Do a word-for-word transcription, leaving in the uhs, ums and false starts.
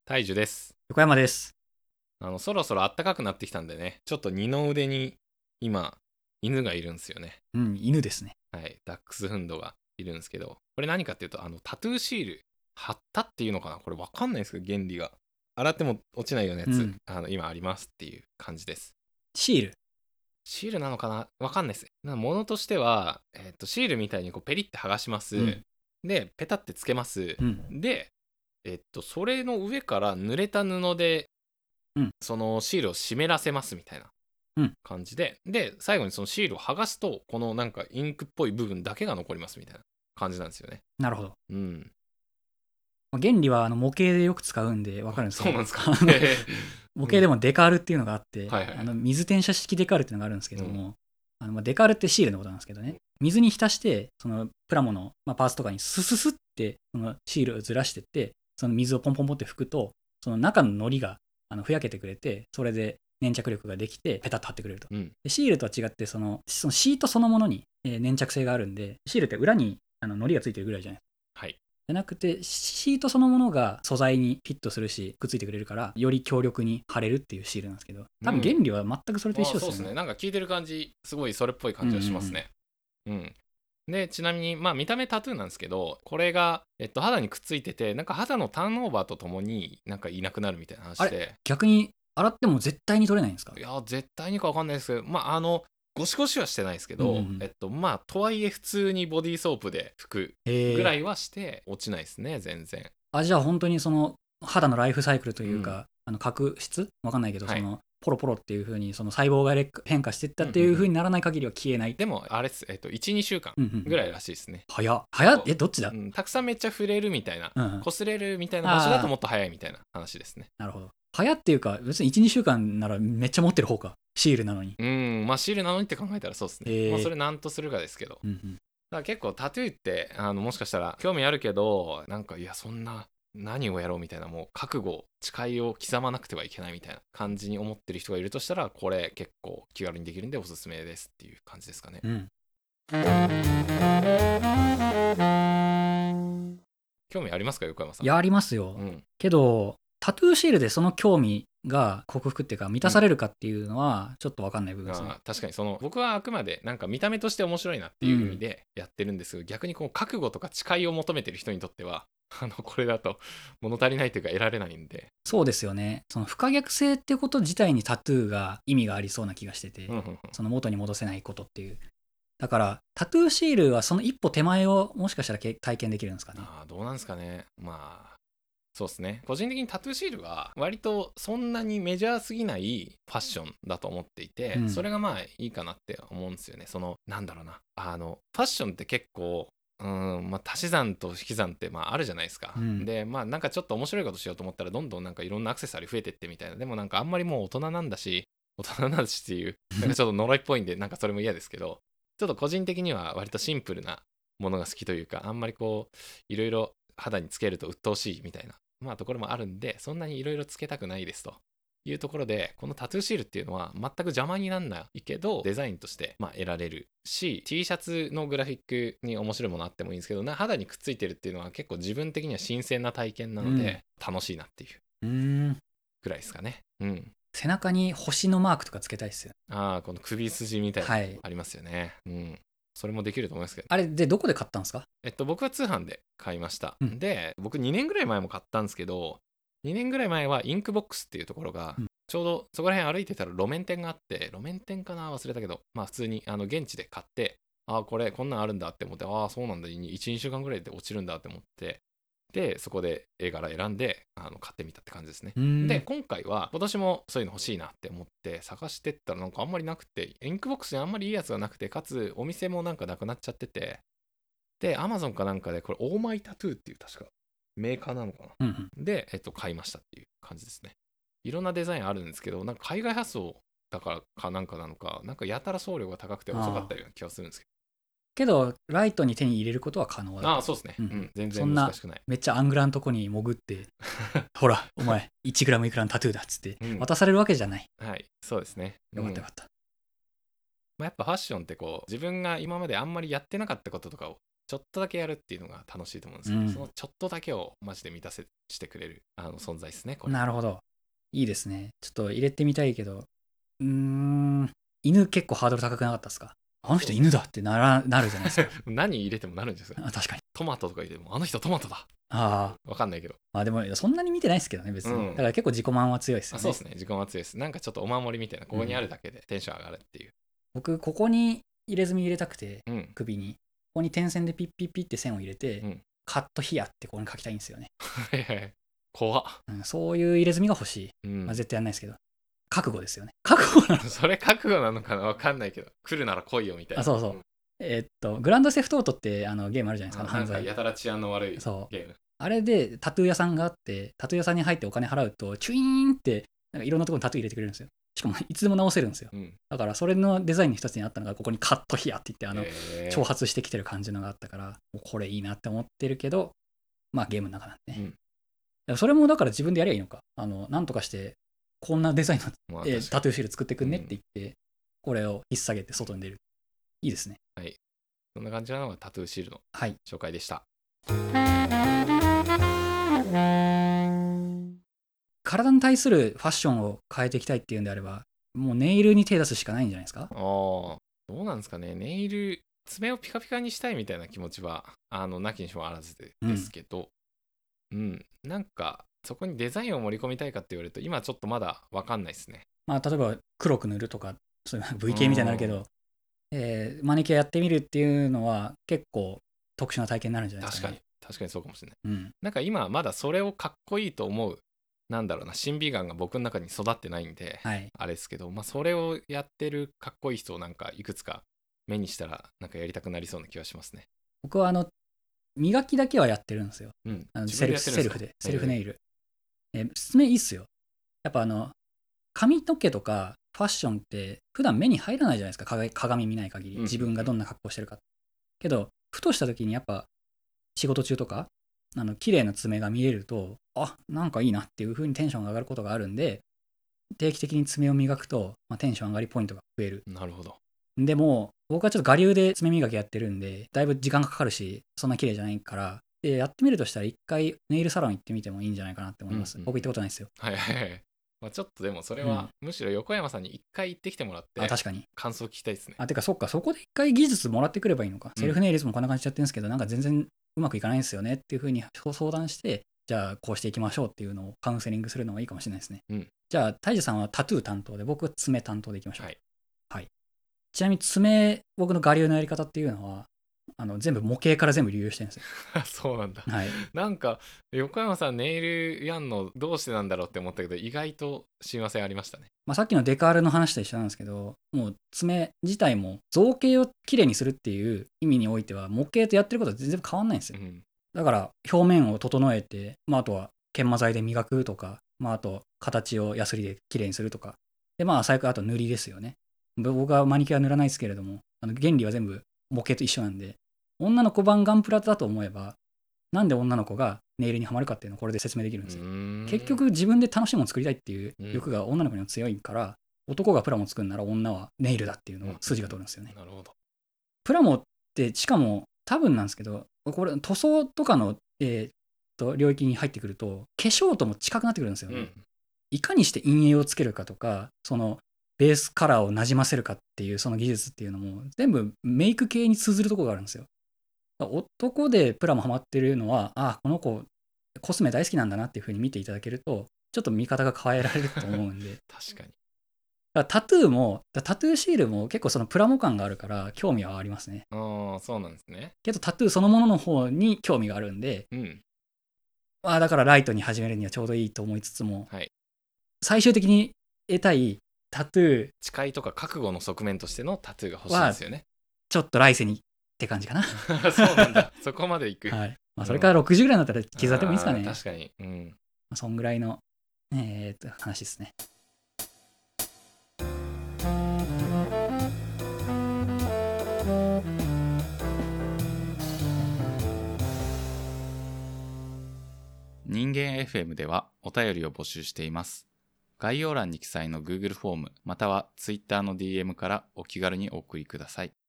大樹です。 横山です。 あのそろそろ暖かくなってきたんでね、ちょっと二の腕に今犬がいるんですよね。 うん、犬ですね。 はい、ダックスフンドがいるんですけど、これ何かっていうと、あのタトゥーシール貼ったっていうのかな、これわかんないですけど、原理が洗っても落ちないようなやつ、うん、あの今ありますっていう感じです。 シールシールなのかな、わかんないです。なものとしては、えー、とシールみたいにこうペリって剥がします、うん、でペタってつけます、うん、でえっとそれの上から濡れた布で、うん、そのシールを湿らせますみたいな感じで、うん、で最後にそのシールを剥がすとこのなんかインクっぽい部分だけが残りますみたいな感じなんですよね。 なるほど。 うん。 原理はあの模型でよく使うんで分かるんですけど、 そうなんですか。 模型でもデカールっていうのがあって、 うん、はいはいはい、 あの水転写式デカールっていうのがあるんですけども、うん、あのまあデカールってシールのことなんですけどね、水に浸してそのプラモの、まあ、パーツとかにスススってそのシールをずらしてってその水をポンポンポンって拭くとその中の糊があのふやけてくれて、それで粘着力ができてペタッと貼ってくれると、うん、でシールとは違ってそのそのシートそのものに、えー、粘着性があるんで、シールって裏にあの糊がついてるぐらいじゃないですか。 はい。 じゃなくてシートそのものが素材にフィットするしくっついてくれるからより強力に貼れるっていうシールなんですけど、多分原理は全くそれと一緒ですよね。 うん、そうですね。なんか聞いてる感じすごいそれっぽい感じがしますね。うん、うんうんでちなみにまあ見た目タトゥーなんですけど、これが、えっと、肌にくっついてて、なんか肌のターンオーバーとともになんかいなくなるみたいな話で、あれ逆に洗っても絶対に取れないんですか？ いや絶対にか分かんないですけど、まああのゴシゴシはしてないですけど、うんうん、えっとまあとはいえ普通にボディーソープで拭くぐらいはして落ちないですね全然。 あ、じゃあ本当にその肌のライフサイクルというか、うん、あの角質わかんないけど、はい、そのポロポロっていう風にその細胞が変化していったっていう風にならない限りは消えない、 うんうんうん、でもあれです、えっと、いちにしゅうかんぐらいらしいですね。 早っ早っえどっちだ、 うん、たくさんめっちゃ触れるみたいな、うんうん、擦れるみたいな場所だともっと早いみたいな話ですね。 なるほど。早っていうか別にいちにしゅうかんならめっちゃ持ってる方か、シールなのに。 うんまあシールなのにって考えたらそうですね、えーまあ、それなんとするかですけど、うんうん、だから結構タトゥーってあのもしかしたら興味あるけど、なんかいやそんな何をやろうみたいな、もう覚悟誓いを刻まなくてはいけないみたいな感じに思ってる人がいるとしたら、これ結構気軽にできるんでおすすめですっていう感じですかね。うん、興味ありますか横山さん？ いやありますよ、うん、けどタトゥーシールでその興味が克服っていうか満たされるかっていうのはちょっと分かんない部分ですね、うん、 あ確かにその僕はあくまでなんか見た目として面白いなっていう意味でやってるんですけど、うん、逆にこう覚悟とか誓いを求めてる人にとってはあのこれだと物足りないというか得られないんで。 そうですよね。その不可逆性っていうこと自体にタトゥーが意味がありそうな気がしてて、うんうんうん、その元に戻せないことっていう。だからタトゥーシールはその一歩手前をもしかしたら体験できるんですかね。 あどうなんですかね。まあそうですね。個人的にタトゥーシールは割とそんなにメジャーすぎないファッションだと思っていて、うん、それがまあいいかなって思うんですよね。そのなんだろうな、あのファッションって結構うんまあ、足し算と引き算ってまああるじゃないですか、うん、でまあなんかちょっと面白いことしようと思ったらどんどんなんかいろんなアクセサリー増えてってみたいな、でもなんかあんまりもう大人なんだし大人なんだしっていうなんかちょっと呪いっぽいんでなんかそれも嫌ですけど、ちょっと個人的には割とシンプルなものが好きというか、あんまりこういろいろ肌につけると鬱陶しいみたいなまあところもあるんで、そんなにいろいろつけたくないですというところで、このタトゥーシールっていうのは全く邪魔になんないけどデザインとしてまあ得られるし、 T シャツのグラフィックに面白いものあってもいいんですけど、な肌にくっついてるっていうのは結構自分的には新鮮な体験なので、うん、楽しいなっていうぐらいですかね。うん、 背中に星のマークとかつけたいっすよ。 ああこの首筋みたいなのありますよね、はい、うんそれもできると思いますけど、 あれでどこで買ったんですか？ えっと僕は通販で買いました、うん、で僕にねんぐらい前も買ったんですけど、にねんぐらい前はインクボックスっていうところが、うん、ちょうどそこら辺歩いてたら路面店があって、路面店かな忘れたけど、まあ普通にあの現地で買って、ああこれこんなんあるんだって思って、ああそうなんだ、いち、にしゅうかんぐらいで落ちるんだって思って、でそこで絵柄選んであの買ってみたって感じですね。で今回は今年もそういうの欲しいなって思って探してったらなんかあんまりなくて、インクボックスにあんまりいいやつがなくて、かつお店もなんかなくなっちゃってて、で Amazon かなんかでこれオーマイタトゥーっていう確かメーカーなのかな、うんうん、で、えっと、買いましたっていう感じですね。いろんなデザインあるんですけど、なんか海外発送だからかなんかなのか、なんかやたら送料が高くて遅かったような気がするんですけど、 けどライトに手に入れることは可能だ。 ああそうですね、うんうん、全然難しくない。 そんなめっちゃアングラのとこに潜ってほらお前いちグラムいくらのタトゥーだっつって渡されるわけじゃない、 うん、はいそうですね。 よかったよかった、 うんまあ、やっぱファッションってこう自分が今まであんまりやってなかったこととかをちょっとだけやるっていうのが楽しいと思うんですけど、うん、そのちょっとだけをマジで満たせしてくれるあの存在ですね、これ。 なるほど。いいですね。ちょっと入れてみたいけど、うーん、犬結構ハードル高くなかったですか？あの人犬だってならなるじゃないですか。 何入れてもなるんですよ。 あ、確かに。 トマトとか入れても、あの人トマトだ。 ああ。わかんないけど。 まあでも、そんなに見てないですけどね、別に。うん、だから結構自己満は強いですよね。 あ、そうですね。自己満は強いです。なんかちょっとお守りみたいな、ここにあるだけでテンション上がるっていう。うん、 僕、ここに入れ墨入れたくて、うん、首に。ここに点線でピッピッピッって線を入れて、うん、カットヒアってここに書きたいんですよね。 怖っ、 うん。そういう入れ墨が欲しい。うん、まあ、絶対やんないですけど。覚悟ですよね。覚悟なのそれ覚悟なのかな、わかんないけど、来るなら来いよみたいな。 あ、そうそう。うん、えー、っと、グランドセフトオートってあのゲームあるじゃないですか、犯罪。 やたら治安の悪いゲーム。 あれでタトゥー屋さんがあって、タトゥー屋さんに入ってお金払うと、チュイーンって、なんかいろんなところにタトゥー入れてくれるんですよ。しかもいつでも直せるんですよ。うん、だからそれのデザインの一つにあったのが、ここにカットヒアって言って、あの、挑発してきてる感じのがあったから、これいいなって思ってるけど、まあゲームの中なんでね。うん、それもだから自分でやりゃいいのか。あの、なんとかして、こんなデザインの、まあえー、タトゥーシール作ってくんねって言って、うん、これを引っ提げて外に出る。いいですね。 はい。そんな感じなのがタトゥーシールの紹介でした。 はい、体に対するファッションを変えていきたいっていうんであれば、もうネイルに手出すしかないんじゃないですか？ ああ、どうなんですかね。ネイル、爪をピカピカにしたいみたいな気持ちは、あの、なきにしもあらずですけど、うん、うん、なんか、そこにデザインを盛り込みたいかって言われると、今ちょっとまだ分かんないですね。 まあ、例えば黒く塗るとか、そういう ブイケー みたいになるけど、えー、マニキュアやってみるっていうのは結構特殊な体験になるんじゃないですかね。 確かに、確かにそうかもしれない。 うん、 なんか今まだそれをかっこいいと思う、なんだろうな、審美眼が僕の中に育ってないんで、はい、あれですけど、まあそれをやってるかっこいい人をなんかいくつか目にしたらなんかやりたくなりそうな気がしますね。 僕はあの磨きだけはやってるんですよ。うん、あのセルフセルフでセルフネイル。えー、爪いいっすよ。やっぱあの髪の毛とかファッションって普段目に入らないじゃないですか、鏡見ない限り、自分がどんな格好してるか。うんうんうん、けどふとした時にやっぱ仕事中とかあの綺麗な爪が見えると、あ、なんかいいなっていう風にテンションが上がることがあるんで、定期的に爪を磨くと、まあ、テンション上がりポイントが増える。 なるほど。 でも僕はちょっと我流で爪磨きやってるんで、だいぶ時間がかかるし、そんな綺麗じゃないから、でやってみるとしたら一回ネイルサロン行ってみてもいいんじゃないかなって思います。うんうん、僕行ったことないですよ。 はいはいはい。まあ、ちょっとでもそれは、むしろ横山さんに一回行ってきてもらって、 あ、確かに感想聞きたいですね。 あ、てかそっか、そこで一回技術もらってくればいいのか。セルフネイルズもこんな感じでやってるんですけど、なんか全然うまくいかないんですよねっていう風に相談して、じゃあこうしていきましょうっていうのをカウンセリングするのがいいかもしれないですね。うん、じゃあ大樹さんはタトゥー担当で、僕は爪担当でいきましょう。はい、はい、ちなみに爪、僕の我流のやり方っていうのは、あの全部模型から全部流用してるんですよ。 そうなんだ。 はい、 なんか横山さんネイルやんのどうしてなんだろうって思ったけど、意外と親和性ありましたね。 まあ、さっきのデカールの話と一緒なんですけど、もう爪自体も造形をきれいにするっていう意味においては模型とやってることは全然変わんないんですよ。うん、だから表面を整えて、まあ、あとは研磨剤で磨くとか、まあ、あと形をヤスリできれいにするとか、でまあ最悪あと塗りですよね。僕はマニキュア塗らないですけれども、あの原理は全部模型と一緒なんで、女の子版ガンプラだと思えば、なんで女の子がネイルにはまるかっていうのをこれで説明できるんですよ。結局自分で楽しいもの作りたいっていう欲が女の子には強いから、うん、男がプラモ作るなら女はネイルだっていうのを筋が通るんですよね。 うん、なるほど。 プラモってしかも多分なんですけど、これ塗装とかの、えー、と領域に入ってくると化粧とも近くなってくるんですよね。うん、いかにして陰影をつけるかとか、そのベースカラーをなじませるかっていうその技術っていうのも全部メイク系に通ずるところがあるんですよ。男でプラモハマってるのは、あ、この子コスメ大好きなんだなっていう風に見ていただけると、ちょっと見方が変えられると思うんで。 確かに。 だからタトゥーも、タトゥーシールも結構そのプラモ感があるから興味はありますね。 ああ、そうなんですね。 けどタトゥーそのものの方に興味があるんで、うん、まあだからライトに始めるにはちょうどいいと思いつつも、はい、最終的に得たいタトゥー、 誓いとか覚悟の側面としてのタトゥーが欲しいですよね。 ちょっと来世にって感じかな。 そうなんだ。そこまでいく。 はい。まあ、それからろくじゅうぐらいになったら刻ってもいいですかね。 確かに。うん。 まあ、そんぐらいの、えー、と話ですね。 人間 エフエム ではお便りを募集しています。概要欄に記載の Google フォームまたは Twitter の ディーエム からお気軽にお送りください。